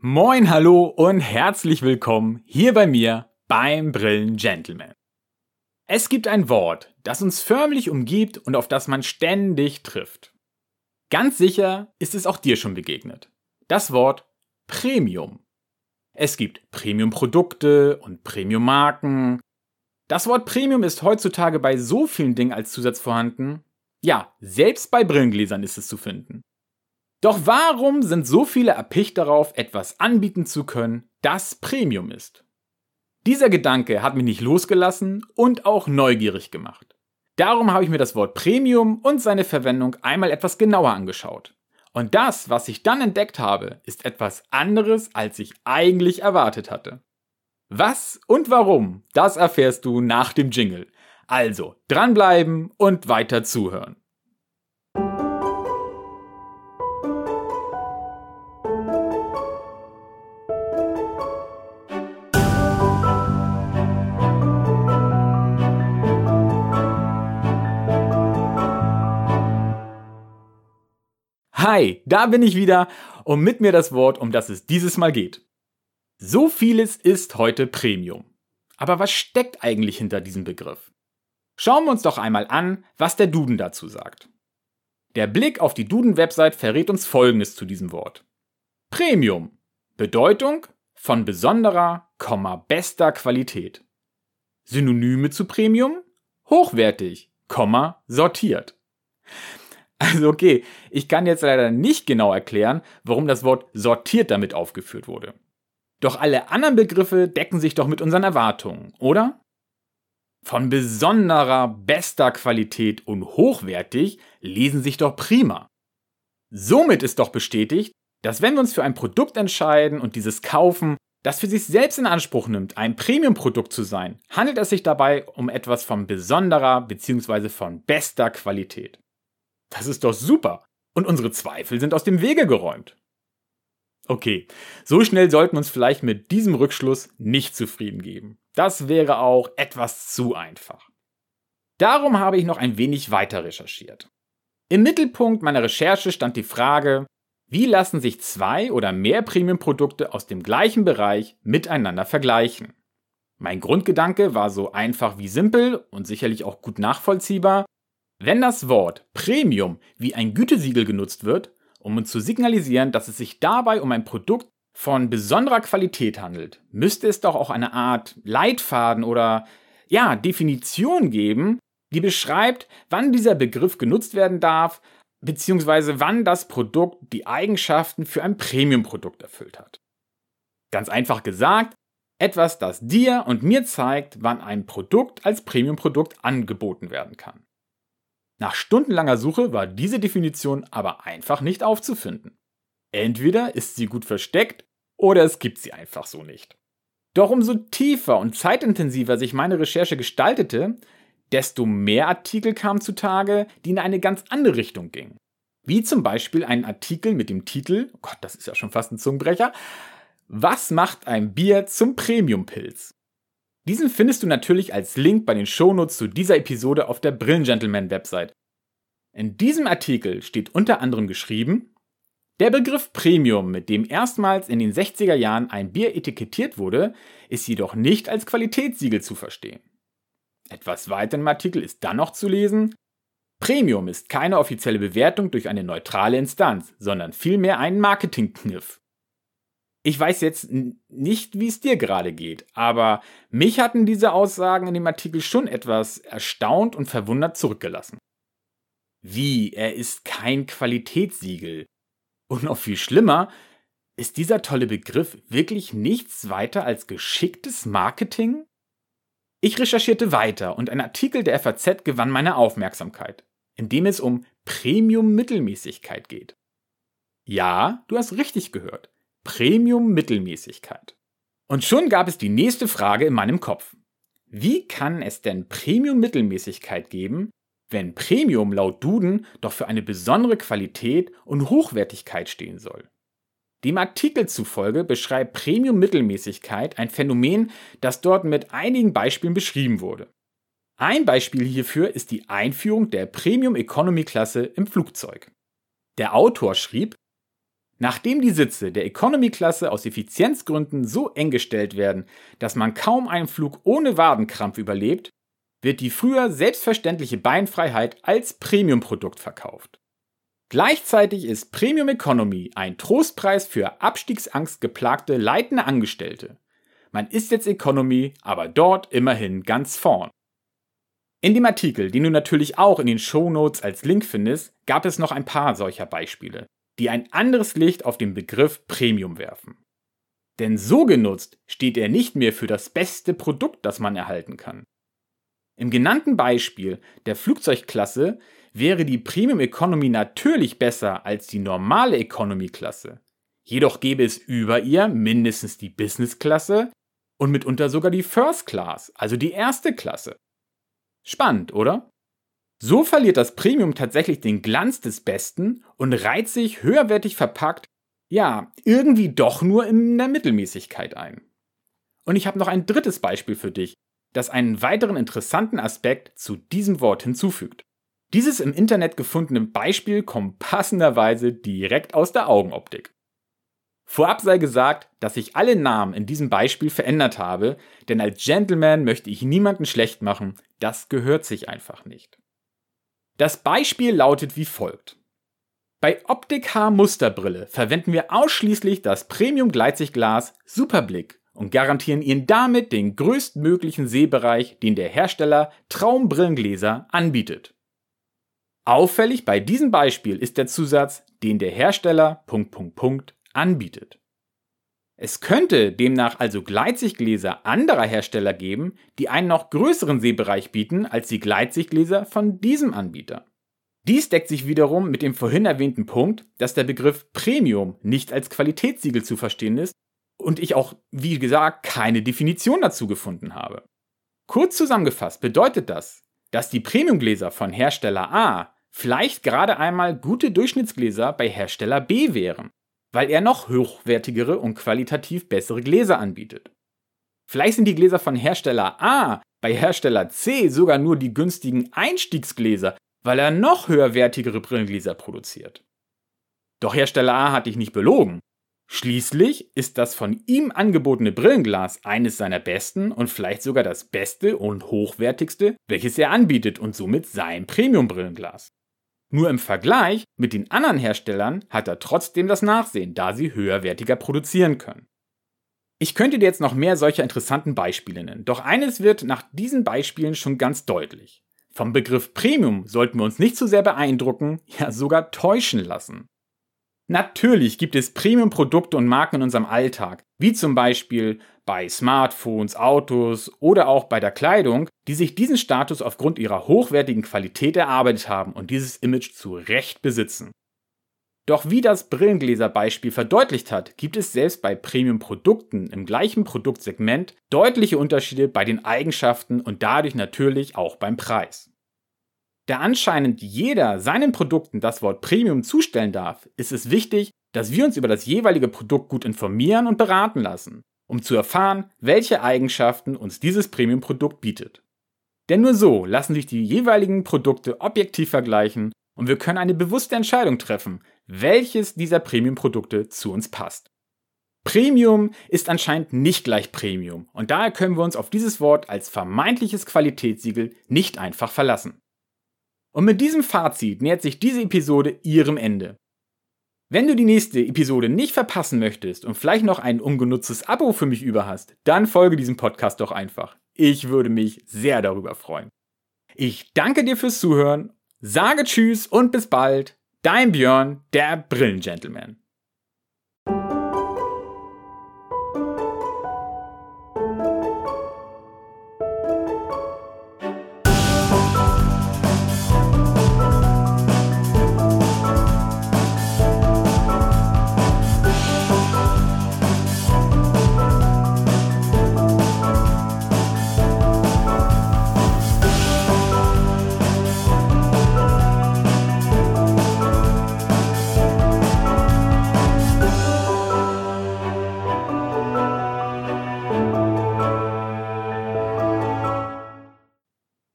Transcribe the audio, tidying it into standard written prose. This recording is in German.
Moin, hallo und herzlich willkommen hier bei mir beim Brillen-Gentleman. Es gibt ein Wort, das uns förmlich umgibt und auf das man ständig trifft. Ganz sicher ist es auch dir schon begegnet. Das Wort Premium. Es gibt Premium-Produkte und Premium-Marken. Das Wort Premium ist heutzutage bei so vielen Dingen als Zusatz vorhanden. Ja, selbst bei Brillengläsern ist es zu finden. Doch warum sind so viele erpicht darauf, etwas anbieten zu können, das Premium ist? Dieser Gedanke hat mich nicht losgelassen und auch neugierig gemacht. Darum habe ich mir das Wort Premium und seine Verwendung einmal etwas genauer angeschaut. Und das, was ich dann entdeckt habe, ist etwas anderes, als ich eigentlich erwartet hatte. Was und warum, das erfährst du nach dem Jingle. Also dranbleiben und weiter zuhören. Hi, da bin ich wieder und mit mir das Wort, um das es dieses Mal geht. So vieles ist heute Premium. Aber was steckt eigentlich hinter diesem Begriff? Schauen wir uns doch einmal an, was der Duden dazu sagt. Der Blick auf die Duden-Website verrät uns Folgendes zu diesem Wort. Premium. Bedeutung von besonderer, bester Qualität. Synonyme zu Premium? Hochwertig, sortiert. Also okay, ich kann jetzt leider nicht genau erklären, warum das Wort sortiert damit aufgeführt wurde. Doch alle anderen Begriffe decken sich doch mit unseren Erwartungen, oder? Von besonderer, bester Qualität und hochwertig lesen sich doch prima. Somit ist doch bestätigt, dass wenn wir uns für ein Produkt entscheiden und dieses kaufen, das für sich selbst in Anspruch nimmt, ein Premium-Produkt zu sein, handelt es sich dabei um etwas von besonderer bzw. von bester Qualität. Das ist doch super. Und unsere Zweifel sind aus dem Wege geräumt. Okay, so schnell sollten wir uns vielleicht mit diesem Rückschluss nicht zufrieden geben. Das wäre auch etwas zu einfach. Darum habe ich noch ein wenig weiter recherchiert. Im Mittelpunkt meiner Recherche stand die Frage, wie lassen sich zwei oder mehr Premium-Produkte aus dem gleichen Bereich miteinander vergleichen? Mein Grundgedanke war so einfach wie simpel und sicherlich auch gut nachvollziehbar. Wenn das Wort Premium wie ein Gütesiegel genutzt wird, um uns zu signalisieren, dass es sich dabei um ein Produkt von besonderer Qualität handelt, müsste es doch auch eine Art Leitfaden oder Definition geben, die beschreibt, wann dieser Begriff genutzt werden darf, beziehungsweise wann das Produkt die Eigenschaften für ein Premium-Produkt erfüllt hat. Ganz einfach gesagt, etwas, das dir und mir zeigt, wann ein Produkt als Premium-Produkt angeboten werden kann. Nach stundenlanger Suche war diese Definition aber einfach nicht aufzufinden. Entweder ist sie gut versteckt oder es gibt sie einfach so nicht. Doch umso tiefer und zeitintensiver sich meine Recherche gestaltete, desto mehr Artikel kamen zutage, die in eine ganz andere Richtung gingen. Wie zum Beispiel ein Artikel mit dem Titel, oh Gott, das ist ja schon fast ein Zungenbrecher, Was macht ein Bier zum Premium-Pilz? Diesen findest du natürlich als Link bei den Shownotes zu dieser Episode auf der Brillen-Gentleman-Website. In diesem Artikel steht unter anderem geschrieben, der Begriff Premium, mit dem erstmals in den 60er Jahren ein Bier etikettiert wurde, ist jedoch nicht als Qualitätssiegel zu verstehen. Etwas weiter im Artikel ist dann noch zu lesen, Premium ist keine offizielle Bewertung durch eine neutrale Instanz, sondern vielmehr ein Marketingkniff. Ich weiß jetzt nicht, wie es dir gerade geht, aber mich hatten diese Aussagen in dem Artikel schon etwas erstaunt und verwundert zurückgelassen. Wie, er ist kein Qualitätssiegel? Und noch viel schlimmer, ist dieser tolle Begriff wirklich nichts weiter als geschicktes Marketing? Ich recherchierte weiter und ein Artikel der FAZ gewann meine Aufmerksamkeit, in dem es um Premium-Mittelmäßigkeit geht. Ja, du hast richtig gehört. Premium-Mittelmäßigkeit. Und schon gab es die nächste Frage in meinem Kopf. Wie kann es denn Premium-Mittelmäßigkeit geben, wenn Premium laut Duden doch für eine besondere Qualität und Hochwertigkeit stehen soll? Dem Artikel zufolge beschreibt Premium-Mittelmäßigkeit ein Phänomen, das dort mit einigen Beispielen beschrieben wurde. Ein Beispiel hierfür ist die Einführung der Premium-Economy-Klasse im Flugzeug. Der Autor schrieb, Nachdem die Sitze der Economy-Klasse aus Effizienzgründen so eng gestellt werden, dass man kaum einen Flug ohne Wadenkrampf überlebt, wird die früher selbstverständliche Beinfreiheit als Premium-Produkt verkauft. Gleichzeitig ist Premium Economy ein Trostpreis für abstiegsangstgeplagte leitende Angestellte. Man ist jetzt Economy, aber dort immerhin ganz vorn. In dem Artikel, den du natürlich auch in den Shownotes als Link findest, gab es noch ein paar solcher Beispiele, die ein anderes Licht auf den Begriff Premium werfen. Denn so genutzt steht er nicht mehr für das beste Produkt, das man erhalten kann. Im genannten Beispiel der Flugzeugklasse wäre die Premium Economy natürlich besser als die normale Economy Klasse. Jedoch gäbe es über ihr mindestens die Business Klasse und mitunter sogar die First Class, also die erste Klasse. Spannend, oder? So verliert das Premium tatsächlich den Glanz des Besten und reiht sich höherwertig verpackt, irgendwie doch nur in der Mittelmäßigkeit ein. Und ich habe noch ein drittes Beispiel für dich, das einen weiteren interessanten Aspekt zu diesem Wort hinzufügt. Dieses im Internet gefundene Beispiel kommt passenderweise direkt aus der Augenoptik. Vorab sei gesagt, dass ich alle Namen in diesem Beispiel verändert habe, denn als Gentleman möchte ich niemanden schlecht machen, das gehört sich einfach nicht. Das Beispiel lautet wie folgt. Bei Optik H Musterbrille verwenden wir ausschließlich das Premium Gleitsichtglas Superblick und garantieren Ihnen damit den größtmöglichen Sehbereich, den der Hersteller Traumbrillengläser anbietet. Auffällig bei diesem Beispiel ist der Zusatz, den der Hersteller ... anbietet. Es könnte demnach also Gleitsichtgläser anderer Hersteller geben, die einen noch größeren Sehbereich bieten als die Gleitsichtgläser von diesem Anbieter. Dies deckt sich wiederum mit dem vorhin erwähnten Punkt, dass der Begriff Premium nicht als Qualitätssiegel zu verstehen ist und ich auch, wie gesagt, keine Definition dazu gefunden habe. Kurz zusammengefasst bedeutet das, dass die Premiumgläser von Hersteller A vielleicht gerade einmal gute Durchschnittsgläser bei Hersteller B wären, weil er noch hochwertigere und qualitativ bessere Gläser anbietet. Vielleicht sind die Gläser von Hersteller A bei Hersteller C sogar nur die günstigen Einstiegsgläser, weil er noch höherwertigere Brillengläser produziert. Doch Hersteller A hat dich nicht belogen. Schließlich ist das von ihm angebotene Brillenglas eines seiner besten und vielleicht sogar das beste und hochwertigste, welches er anbietet und somit sein Premium-Brillenglas. Nur im Vergleich mit den anderen Herstellern hat er trotzdem das Nachsehen, da sie höherwertiger produzieren können. Ich könnte dir jetzt noch mehr solcher interessanten Beispiele nennen, doch eines wird nach diesen Beispielen schon ganz deutlich. Vom Begriff Premium sollten wir uns nicht zu sehr beeindrucken, ja sogar täuschen lassen. Natürlich gibt es Premium-Produkte und Marken in unserem Alltag, wie zum Beispiel bei Smartphones, Autos oder auch bei der Kleidung, die sich diesen Status aufgrund ihrer hochwertigen Qualität erarbeitet haben und dieses Image zu Recht besitzen. Doch wie das Brillengläser-Beispiel verdeutlicht hat, gibt es selbst bei Premium-Produkten im gleichen Produktsegment deutliche Unterschiede bei den Eigenschaften und dadurch natürlich auch beim Preis. Da anscheinend jeder seinen Produkten das Wort Premium zustellen darf, ist es wichtig, dass wir uns über das jeweilige Produkt gut informieren und beraten lassen, um zu erfahren, welche Eigenschaften uns dieses Premium-Produkt bietet. Denn nur so lassen sich die jeweiligen Produkte objektiv vergleichen und wir können eine bewusste Entscheidung treffen, welches dieser Premium-Produkte zu uns passt. Premium ist anscheinend nicht gleich Premium und daher können wir uns auf dieses Wort als vermeintliches Qualitätssiegel nicht einfach verlassen. Und mit diesem Fazit nähert sich diese Episode ihrem Ende. Wenn du die nächste Episode nicht verpassen möchtest und vielleicht noch ein ungenutztes Abo für mich über hast, dann folge diesem Podcast doch einfach. Ich würde mich sehr darüber freuen. Ich danke dir fürs Zuhören, sage Tschüss und bis bald. Dein Björn, der Brillengentleman.